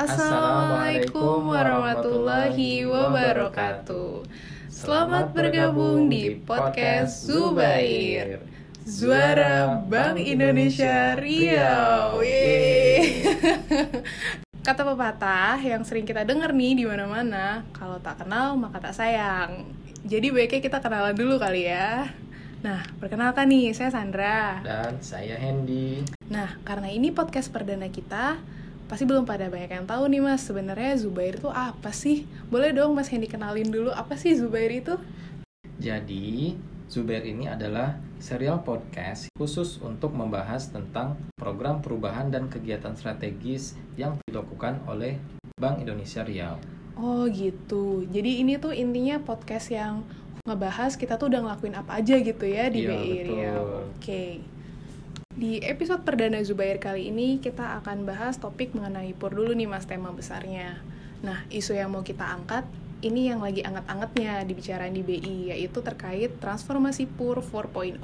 Assalamualaikum warahmatullahi wabarakatuh. Selamat bergabung di podcast Zubair, Suara Bank Indonesia Riau. Yeay. Kata pepatah yang sering kita dengar nih di mana-mana, kalau tak kenal maka tak sayang. Jadi baiknya kita kenalan dulu kali ya. Nah, perkenalkan nih, saya Sandra. Dan saya Hendy. Nah, karena ini podcast perdana kita, pasti belum pada banyak yang tahu nih Mas, sebenarnya Zubair itu apa sih? Boleh dong Mas Hendy kenalin dulu, apa sih Zubair itu? Jadi, Zubair ini adalah serial podcast khusus untuk membahas tentang program perubahan dan kegiatan strategis yang dilakukan oleh Bank Indonesia Riau. Oh gitu, jadi ini tuh intinya podcast yang ngebahas kita tuh udah ngelakuin apa aja gitu ya di BI Riau. Oke. Di episode perdana Zubair kali ini kita akan bahas topik mengenai PUR dulu nih Mas, tema besarnya. Nah, isu yang mau kita angkat ini yang lagi anget-angetnya dibicarain di BI, yaitu terkait transformasi PUR 4.0.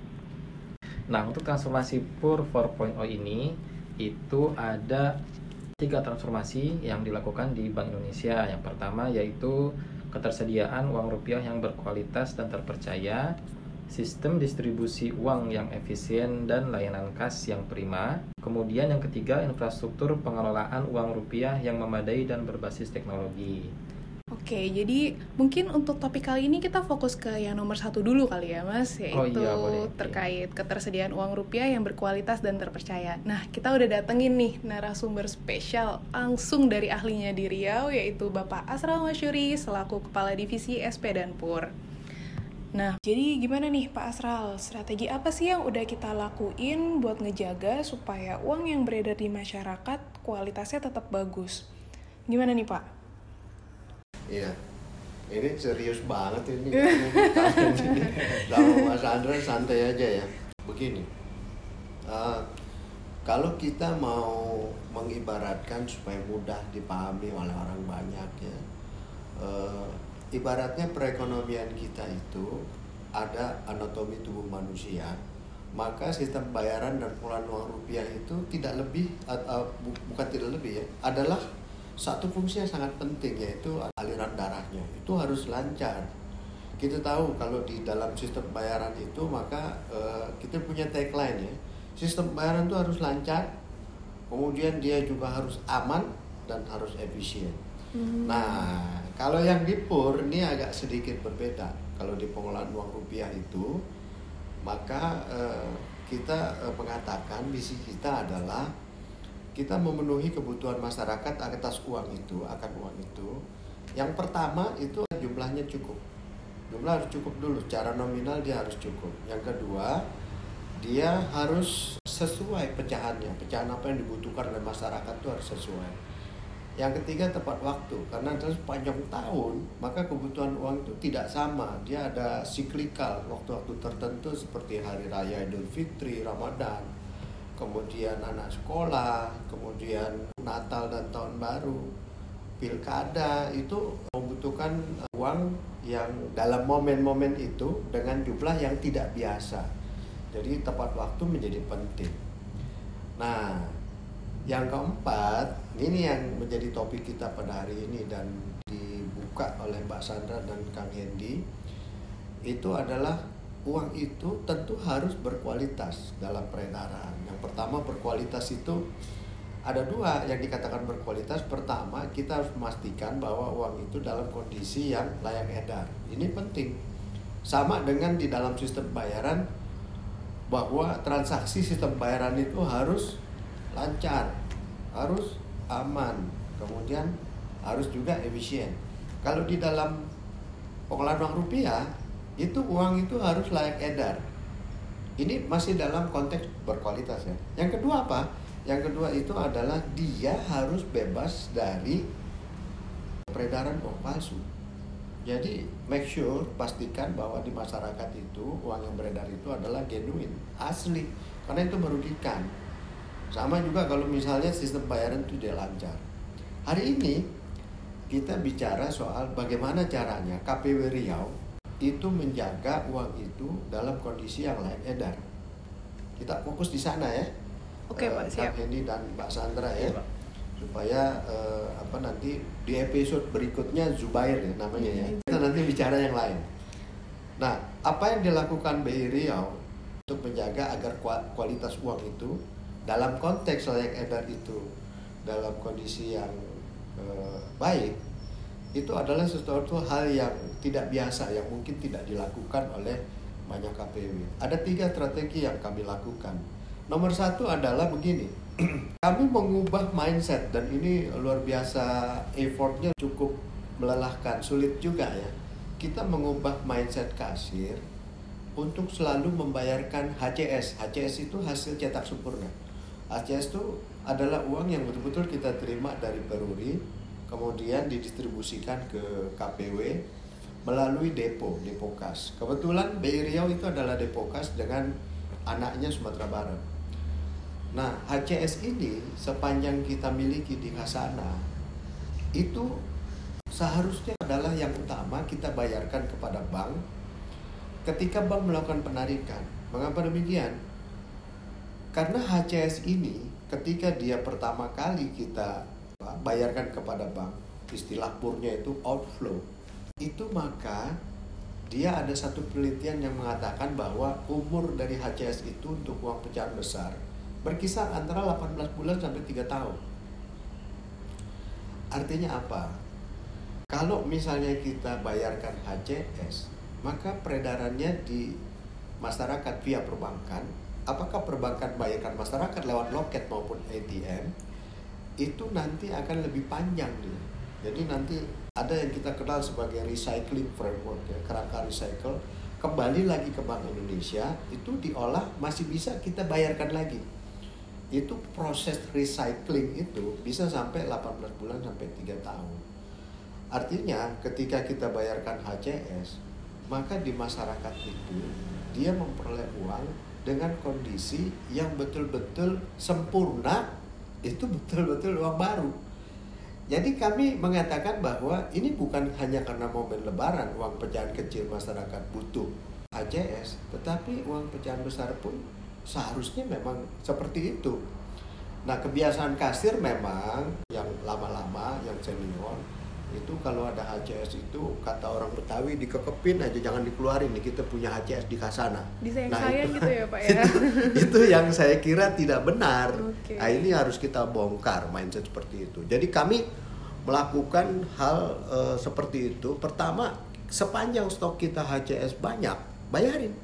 Nah, untuk transformasi PUR 4.0 ini itu ada 3 transformasi yang dilakukan di Bank Indonesia. Yang pertama yaitu ketersediaan uang rupiah yang berkualitas dan terpercaya, sistem distribusi uang yang efisien dan layanan kas yang prima. Kemudian yang ketiga, infrastruktur pengelolaan uang rupiah yang memadai dan berbasis teknologi. Oke, jadi mungkin untuk topik kali ini kita fokus ke yang nomor 1 dulu kali ya Mas, yaitu terkait ketersediaan uang rupiah yang berkualitas dan terpercaya. Nah, kita udah datengin nih narasumber spesial langsung dari ahlinya di Riau, yaitu Bapak Asral Masyuri selaku Kepala Divisi SP dan PUR. Nah, jadi gimana nih Pak Asral, strategi apa sih yang udah kita lakuin buat ngejaga supaya uang yang beredar di masyarakat kualitasnya tetap bagus? Gimana nih Pak? Iya, ini serius banget ini. Sama Mas Andra santai aja ya. Begini, kalau kita mau mengibaratkan supaya mudah dipahami oleh orang banyak ya, ibaratnya perekonomian kita itu ada anatomi tubuh manusia, maka sistem bayaran dan pengelolaan uang rupiah itu tidak lebih, bukan tidak lebih ya, adalah satu fungsi yang sangat penting, yaitu aliran darahnya itu harus lancar. Kita tahu kalau di dalam sistem bayaran itu maka kita punya tagline ya, sistem bayaran itu harus lancar, kemudian dia juga harus aman dan harus efisien. Nah, kalau yang di PUR ini agak sedikit berbeda. Kalau di pengelolaan uang rupiah itu, maka kita mengatakan misi kita adalah kita memenuhi kebutuhan masyarakat atas uang itu, akan uang itu. Yang pertama itu jumlahnya cukup. Jumlah harus cukup dulu, secara nominal dia harus cukup. Yang kedua, dia harus sesuai pecahannya. Pecahan apa yang dibutuhkan oleh masyarakat itu harus sesuai. Yang ketiga, tepat waktu. Karena dalam sepanjang tahun, maka kebutuhan uang itu tidak sama. Dia ada siklikal, waktu-waktu tertentu seperti Hari Raya Idul Fitri, Ramadan, kemudian anak sekolah, kemudian Natal dan Tahun Baru, pilkada, itu membutuhkan uang yang dalam momen-momen itu dengan jumlah yang tidak biasa. Jadi tepat waktu menjadi penting. Nah, yang keempat, ini yang menjadi topik kita pada hari ini dan dibuka oleh Mbak Sandra dan Kang Hendy, itu adalah uang itu tentu harus berkualitas dalam peredaran. Yang pertama, berkualitas itu ada 2 yang dikatakan berkualitas. Pertama, kita harus memastikan bahwa uang itu dalam kondisi yang layak edar. Ini penting. Sama dengan di dalam sistem bayaran, bahwa transaksi sistem bayaran itu harus lancar, harus aman, kemudian harus juga efisien. Kalau di dalam pengelolaan uang rupiah, itu uang itu harus layak edar. Ini masih dalam konteks berkualitas ya. Yang kedua apa? Yang kedua itu adalah dia harus bebas dari peredaran uang palsu. Jadi make sure, pastikan bahwa di masyarakat itu uang yang beredar itu adalah genuine, asli. Karena itu merugikan. Sama juga kalau misalnya sistem bayaran itu tidak lancar. Hari ini kita bicara soal bagaimana caranya KPW Riau itu menjaga uang itu dalam kondisi yang layak edar. Kita fokus di sana ya. Oke Pak, siap. Kang Hendy dan Mbak Sandra ya. supaya nanti di episode berikutnya Zubair ya namanya ya. Kita nanti bicara yang lain. Nah, apa yang dilakukan BI Riau untuk menjaga agar kualitas uang itu dalam konteks layak edar itu dalam kondisi yang baik, itu adalah sesuatu hal yang tidak biasa, yang mungkin tidak dilakukan oleh banyak KPW. Ada 3 strategi yang kami lakukan. Nomor 1 adalah begini, kami mengubah mindset, dan ini luar biasa, effortnya cukup melelahkan, sulit juga ya. Kita mengubah mindset kasir untuk selalu membayarkan HCS. HCS itu hasil cetak sempurna. HCS itu adalah uang yang betul-betul kita terima dari peruri, kemudian didistribusikan ke KPW melalui depo kas. Kebetulan BI Riau itu adalah depo kas dengan anaknya Sumatera Barat. Nah, HCS ini sepanjang kita miliki di Khazanah itu seharusnya adalah yang utama kita bayarkan kepada bank ketika bank melakukan penarikan. Mengapa demikian? Karena HCS ini ketika dia pertama kali kita bayarkan kepada bank, istilah purnya itu outflow, itu maka dia ada satu penelitian yang mengatakan bahwa umur dari HCS itu untuk uang pecahan besar berkisar antara 18 bulan sampai 3 tahun. Artinya apa? Kalau misalnya kita bayarkan HCS, maka peredarannya di masyarakat via perbankan, apakah perbankan bayarkan masyarakat lewat loket maupun ATM, itu nanti akan lebih panjang nih. Jadi nanti ada yang kita kenal sebagai recycling framework ya, kerangka recycle, kembali lagi ke Bank Indonesia, itu diolah masih bisa kita bayarkan lagi. Itu proses recycling itu bisa sampai 18 bulan sampai 3 tahun. Artinya ketika kita bayarkan HCS, maka di masyarakat itu dia memperoleh uang dengan kondisi yang betul-betul sempurna, itu betul-betul uang baru. Jadi kami mengatakan bahwa ini bukan hanya karena momen lebaran uang pecahan kecil masyarakat butuh HCS, tetapi uang pecahan besar pun seharusnya memang seperti itu. Nah, kebiasaan kasir memang yang lama-lama, yang senior, itu kalau ada HCS itu kata orang Betawi dikekepin aja, jangan dikeluarin nih, kita punya HCS di Khazanah. Disayang-sayang gitu ya Pak ya. Itu yang saya kira tidak benar. Okay. Nah, ini harus kita bongkar mindset seperti itu. Jadi kami melakukan hal seperti itu. Pertama, sepanjang stok kita HCS banyak, bayarin.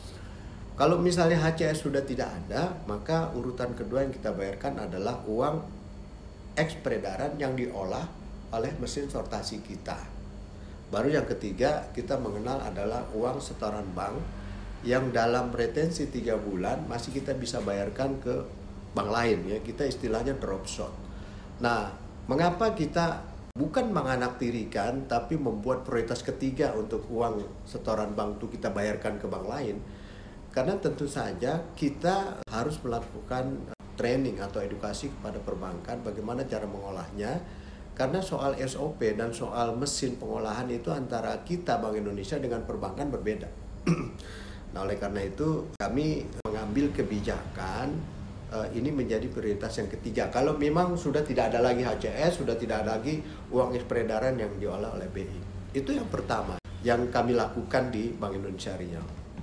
Kalau misalnya HCS sudah tidak ada, maka urutan kedua yang kita bayarkan adalah uang eks peredaran yang diolah oleh mesin sortasi kita. Baru yang ketiga kita mengenal adalah uang setoran bank yang dalam retensi 3 bulan masih kita bisa bayarkan ke bank lain ya. Kita istilahnya drop shot. Nah, mengapa kita bukan menganaktirikan tapi membuat prioritas ketiga untuk uang setoran bank itu kita bayarkan ke bank lain? Karena tentu saja kita harus melakukan training atau edukasi kepada perbankan bagaimana cara mengolahnya. Karena soal SOP dan soal mesin pengolahan itu antara kita Bank Indonesia dengan perbankan berbeda. Nah, oleh karena itu kami mengambil kebijakan ini menjadi prioritas yang ketiga. Kalau memang sudah tidak ada lagi HCS, sudah tidak ada lagi uang eks peredaran yang diolah oleh BI. Itu yang pertama yang kami lakukan di Bank Indonesia Riau.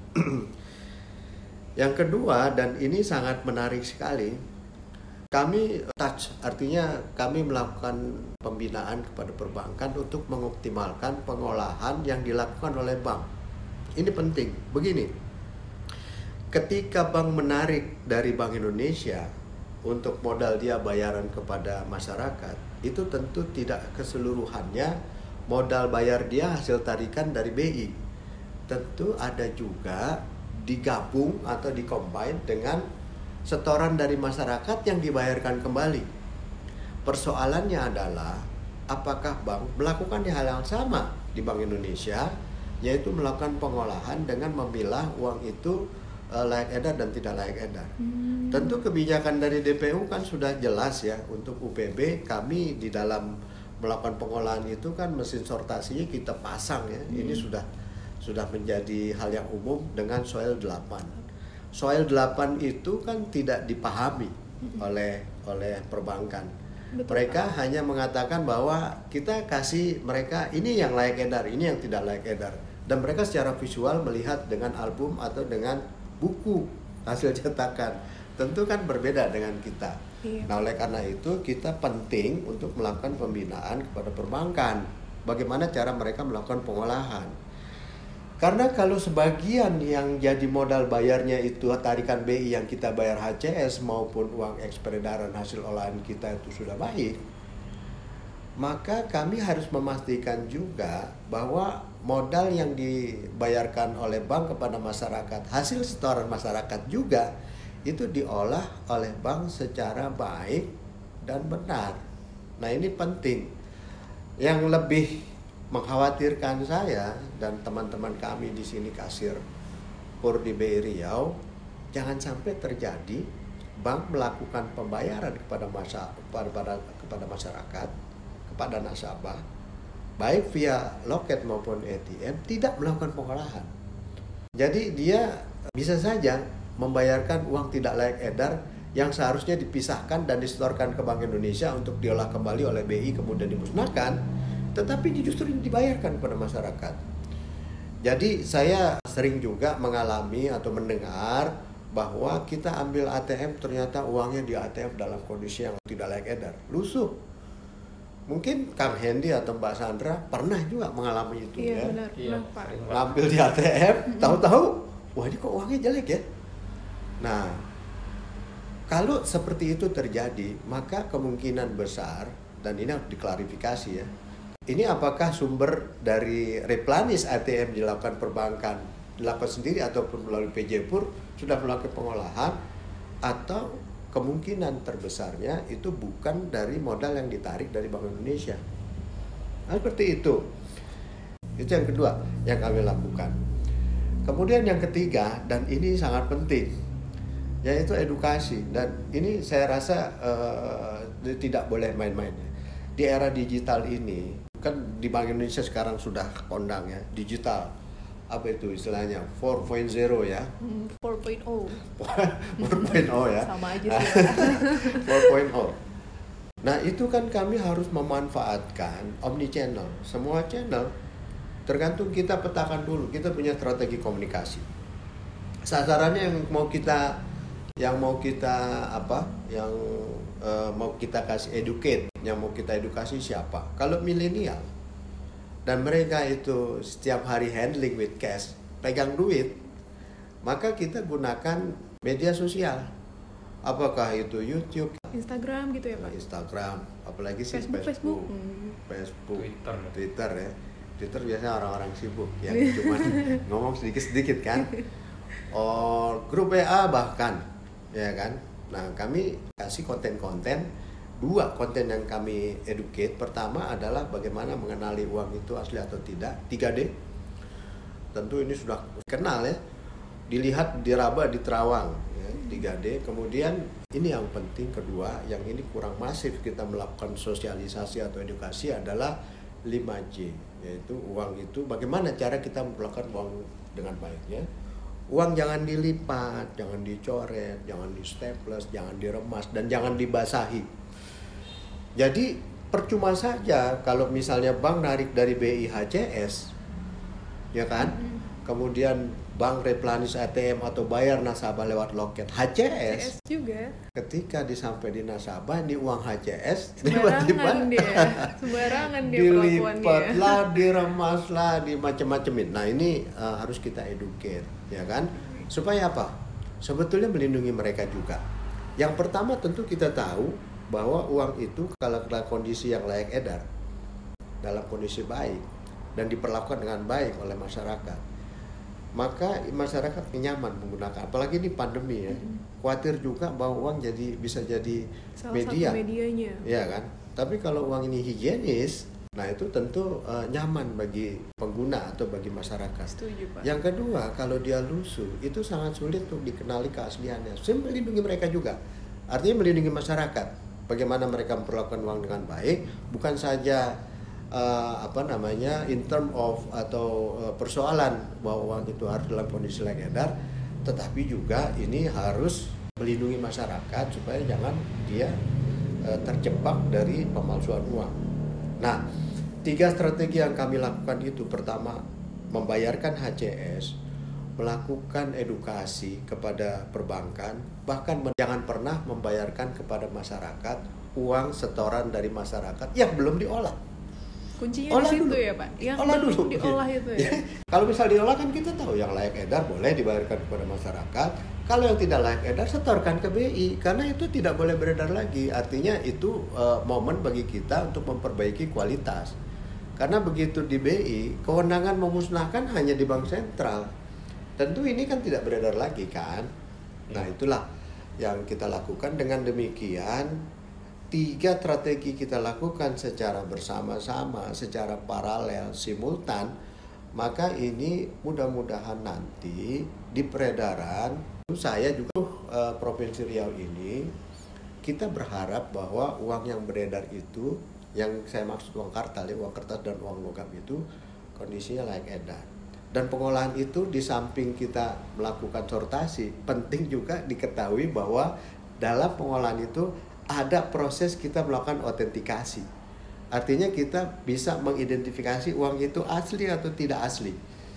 Yang kedua, dan ini sangat menarik sekali, kami touch, artinya kami melakukan pembinaan kepada perbankan untuk mengoptimalkan pengolahan yang dilakukan oleh bank. Ini penting, begini, ketika bank menarik dari Bank Indonesia untuk modal dia bayaran kepada masyarakat, itu tentu tidak keseluruhannya modal bayar dia hasil tarikan dari BI. Tentu ada juga digabung atau dikombine dengan setoran dari masyarakat yang dibayarkan kembali. Persoalannya adalah apakah bank melakukan hal yang sama di Bank Indonesia, yaitu melakukan pengolahan dengan memilah uang itu layak edar dan tidak layak edar. Tentu kebijakan dari DPU kan sudah jelas ya. Untuk UPB kami di dalam melakukan pengolahan itu kan mesin sortasinya kita pasang ya. Ini sudah menjadi hal yang umum dengan soil 8. Soil 8 itu kan tidak dipahami oleh perbankan. Betul, mereka Pak. hanya mengatakan bahwa kita kasih mereka ini yang layak edar, ini yang tidak layak edar. Dan mereka secara visual melihat dengan album atau dengan buku hasil cetakan. Tentu kan berbeda dengan kita. Iya. Nah, oleh karena itu kita penting untuk melakukan pembinaan kepada perbankan. Bagaimana cara mereka melakukan pengolahan. Karena kalau sebagian yang jadi modal bayarnya itu tarikan BI yang kita bayar HCS maupun uang peredaran hasil olahan kita itu sudah baik, maka kami harus memastikan juga bahwa modal yang dibayarkan oleh bank kepada masyarakat, hasil setoran masyarakat juga itu diolah oleh bank secara baik dan benar. Nah, ini penting. Yang lebih mengkhawatirkan saya dan teman-teman kami di sini kasir PUR di BI Riau, jangan sampai terjadi bank melakukan pembayaran kepada masyarakat, kepada nasabah, baik via loket maupun ATM, tidak melakukan pengolahan. Jadi dia bisa saja membayarkan uang tidak layak edar yang seharusnya dipisahkan dan disetorkan ke Bank Indonesia untuk diolah kembali oleh BI kemudian dimusnahkan, tetapi justru dibayarkan kepada masyarakat. Jadi saya sering juga mengalami atau mendengar bahwa kita ambil ATM ternyata uangnya di ATM dalam kondisi yang tidak layak edar, lusuh. Mungkin Kang Hendy atau Mbak Sandra pernah juga mengalami itu. Iya, ya. benar, Iya, Pak. Ngambil di ATM, tahu-tahu, wah ini kok uangnya jelek ya. Nah, kalau seperti itu terjadi, maka kemungkinan besar, dan ini harus diklarifikasi ya, ini apakah sumber dari replenish ATM dilakukan perbankan, dilakukan sendiri ataupun melalui PJ PUR sudah melakukan pengolahan, atau kemungkinan terbesarnya itu bukan dari modal yang ditarik dari Bank Indonesia. Nah, seperti itu. Itu yang kedua yang kami lakukan. Kemudian yang ketiga, dan ini sangat penting, yaitu edukasi. Dan ini saya rasa tidak boleh main-main. Di era digital ini, kan di Bank Indonesia sekarang sudah kondang ya, digital. Apa itu istilahnya? 4.0 ya. 4.0. 4.0 ya. Sama aja sih. 4.0. Nah, itu kan kami harus memanfaatkan omnichannel. Semua channel tergantung kita petakan dulu. Kita punya strategi komunikasi. Sasarannya yang mau kita mau kita kasih educate, yang mau kita edukasi siapa? Kalau milenial dan mereka itu setiap hari handling with cash, pegang duit, maka kita gunakan media sosial. Apakah itu YouTube, Instagram gitu ya Pak? Instagram, apalagi sih Facebook. Twitter ya. Twitter biasanya orang-orang sibuk yang cuma ngomong sedikit-sedikit kan. Grup WA bahkan, ya kan. Nah, kami kasih konten-konten. 2 konten yang kami educate. Pertama adalah bagaimana mengenali uang itu asli atau tidak. 3D. Tentu ini sudah kenal ya. Dilihat, diraba, diterawang ya, 3D. Kemudian ini yang penting kedua, yang ini kurang masif kita melakukan sosialisasi atau edukasi adalah 5J, yaitu uang itu bagaimana cara kita melakukan uang dengan baiknya. Uang jangan dilipat, jangan dicoret, jangan di staples, jangan diremas, dan jangan dibasahi. Jadi percuma saja kalau misalnya bank narik dari BI HCS, ya kan? Kemudian bank replenish ATM atau bayar nasabah lewat loket HCS juga. Ketika disampai di nasabah, ini uang HCS sembarangan dia dilipatlah, diremaslah, dimacem-macemin. Nah, ini harus kita educate, ya kan? Supaya apa? Sebetulnya melindungi mereka juga. Yang pertama tentu kita tahu bahwa uang itu kalau dalam kondisi yang layak edar, dalam kondisi baik dan diperlakukan dengan baik oleh masyarakat, maka masyarakat nyaman menggunakan. Apalagi di pandemi ya, khawatir juga bahwa uang bisa jadi salah media, satu medianya, ya kan. Tapi kalau uang ini higienis, nah itu tentu nyaman bagi pengguna atau bagi masyarakat. Setuju, Pak. Yang kedua, kalau dia lusuh, itu sangat sulit untuk dikenali keasliannya. Saya melindungi mereka juga. Artinya melindungi masyarakat. Bagaimana mereka memperlakukan uang dengan baik, bukan saja in term of atau persoalan bahwa uang itu harus dalam kondisi layak edar, tetapi juga ini harus melindungi masyarakat supaya jangan dia terjebak dari pemalsuan uang. Nah, 3 strategi yang kami lakukan itu, pertama, membayarkan HCS, melakukan edukasi kepada perbankan, bahkan jangan pernah membayarkan kepada masyarakat uang setoran dari masyarakat yang belum diolah. Kuncinya di situ ya Pak, yang belum diolah itu ya. Kalau misal diolah kan kita tahu yang layak edar boleh dibayarkan kepada masyarakat. Kalau yang tidak layak edar setorkan ke BI, karena itu tidak boleh beredar lagi. Artinya itu momen bagi kita untuk memperbaiki kualitas. Karena begitu di BI, kewenangan memusnahkan hanya di bank sentral. Tentu ini kan tidak beredar lagi kan. Nah, itulah yang kita lakukan. Dengan demikian 3 strategi kita lakukan secara bersama-sama, secara paralel, simultan, maka ini mudah-mudahan nanti di peredaran, saya juga Provinsi Riau ini, kita berharap bahwa uang yang beredar itu, yang saya maksud uang kartal, uang kertas dan uang logam itu kondisinya layak edar. Dan pengolahan itu di samping kita melakukan sortasi, penting juga diketahui bahwa dalam pengolahan itu ada proses kita melakukan autentikasi. Artinya kita bisa mengidentifikasi uang itu asli atau tidak asli.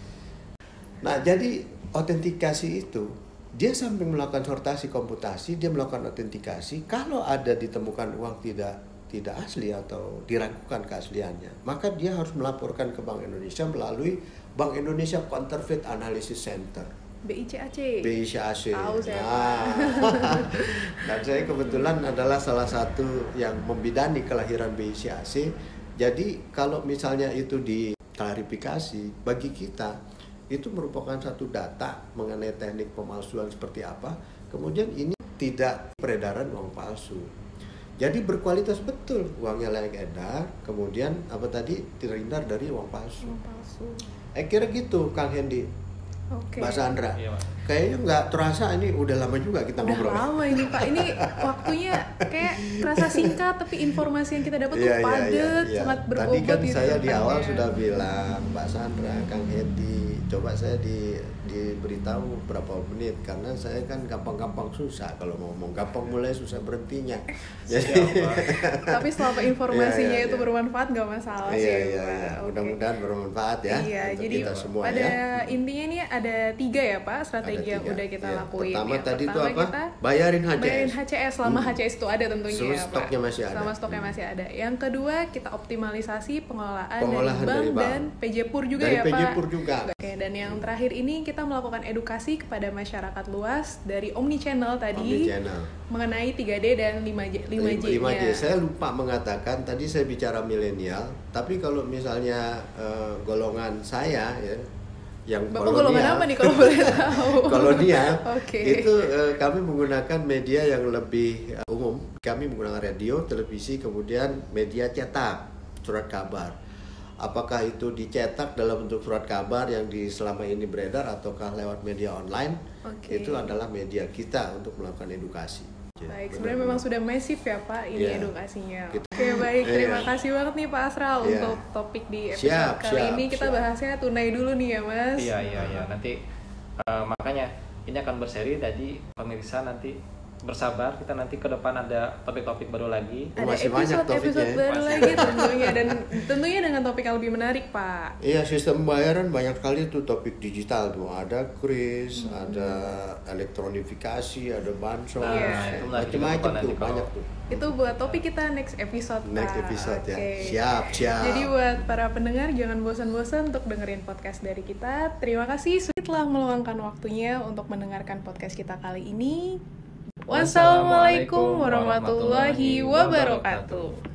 Nah, jadi autentikasi itu, dia samping melakukan sortasi komputasi, dia melakukan autentikasi. Kalau ada ditemukan uang tidak asli atau diragukan keasliannya, maka dia harus melaporkan ke Bank Indonesia melalui Bank Indonesia Counterfeit Analysis Center. BICAC. Tahu saya. Dan saya kebetulan adalah salah satu yang membidani kelahiran BICAC. Jadi kalau misalnya itu diklarifikasi, bagi kita itu merupakan satu data mengenai teknik pemalsuan seperti apa. Kemudian ini tidak peredaran uang palsu. Jadi berkualitas betul, uangnya layak edar. Kemudian terhindar dari uang palsu. Kira gitu, Kang Hendy. Okay. Mbak Sandra, iya, kayaknya nggak terasa ini udah lama juga kita ngobrol. Udah lama ini Pak, ini waktunya kayak terasa singkat tapi informasi yang kita dapat tuh padat, sangat berbobot. Tadi kan saya di awal sudah bilang Mbak Sandra, Kang Hedi, coba saya diberitahu berapa menit karena saya kan gampang-gampang susah kalau ngomong, gampang mulai susah berhentinya. Jadi, tapi selama informasinya itu bermanfaat nggak masalah sih. Mudah-mudahan bermanfaat ya. Iya, untuk jadi kita semua pada intinya nih ada 3 ya Pak strategi yang udah kita lakuin. Pertama tadi itu apa? Bayarin HCS selama HCS itu ada tentunya ya Pak. Stoknya masih ada. Sama stoknya masih ada. Yang kedua kita optimalisasi pengolahan dari bank dan PJPUR juga dari ya Pak. PJPUR juga. Oke, dan yang terakhir ini kita melakukan edukasi kepada masyarakat luas dari omnichannel tadi mengenai 3D dan 5J-nya. 5J. Saya lupa mengatakan tadi saya bicara milenial, tapi kalau misalnya golongan saya ya yang Bapak golongan apa nih kalau boleh tahu? Kolonial. Itu kami menggunakan media yang lebih umum. Kami menggunakan radio, televisi, kemudian media cetak, surat kabar. Apakah itu dicetak dalam bentuk surat kabar yang selama ini beredar ataukah lewat media online, itu adalah media kita untuk melakukan edukasi. Baik, sebenarnya memang sudah masif ya Pak ini edukasinya. Oke, baik, terima kasih banget nih Pak Asral untuk topik di episode kali ini. Kita bahasnya tunai dulu nih ya Mas. Iya. Nanti makanya ini akan berseri, jadi pemirsa nanti bersabar, kita nanti ke depan ada topik-topik baru lagi. Ada episode baru lagi tentunya, dan tentunya dengan topik yang lebih menarik Pak. Iya, sistem pembayaran banyak kali tuh topik digital tuh, ada kris, ada elektronifikasi, ada bansos, macam-macam tuh, banyak tuh. Itu buat topik kita next episode Pak. Next episode ya. Siap. Jadi buat para pendengar jangan bosan-bosan untuk dengerin podcast dari kita. Terima kasih sudah telah meluangkan waktunya untuk mendengarkan podcast kita kali ini. Wassalamualaikum warahmatullahi wabarakatuh.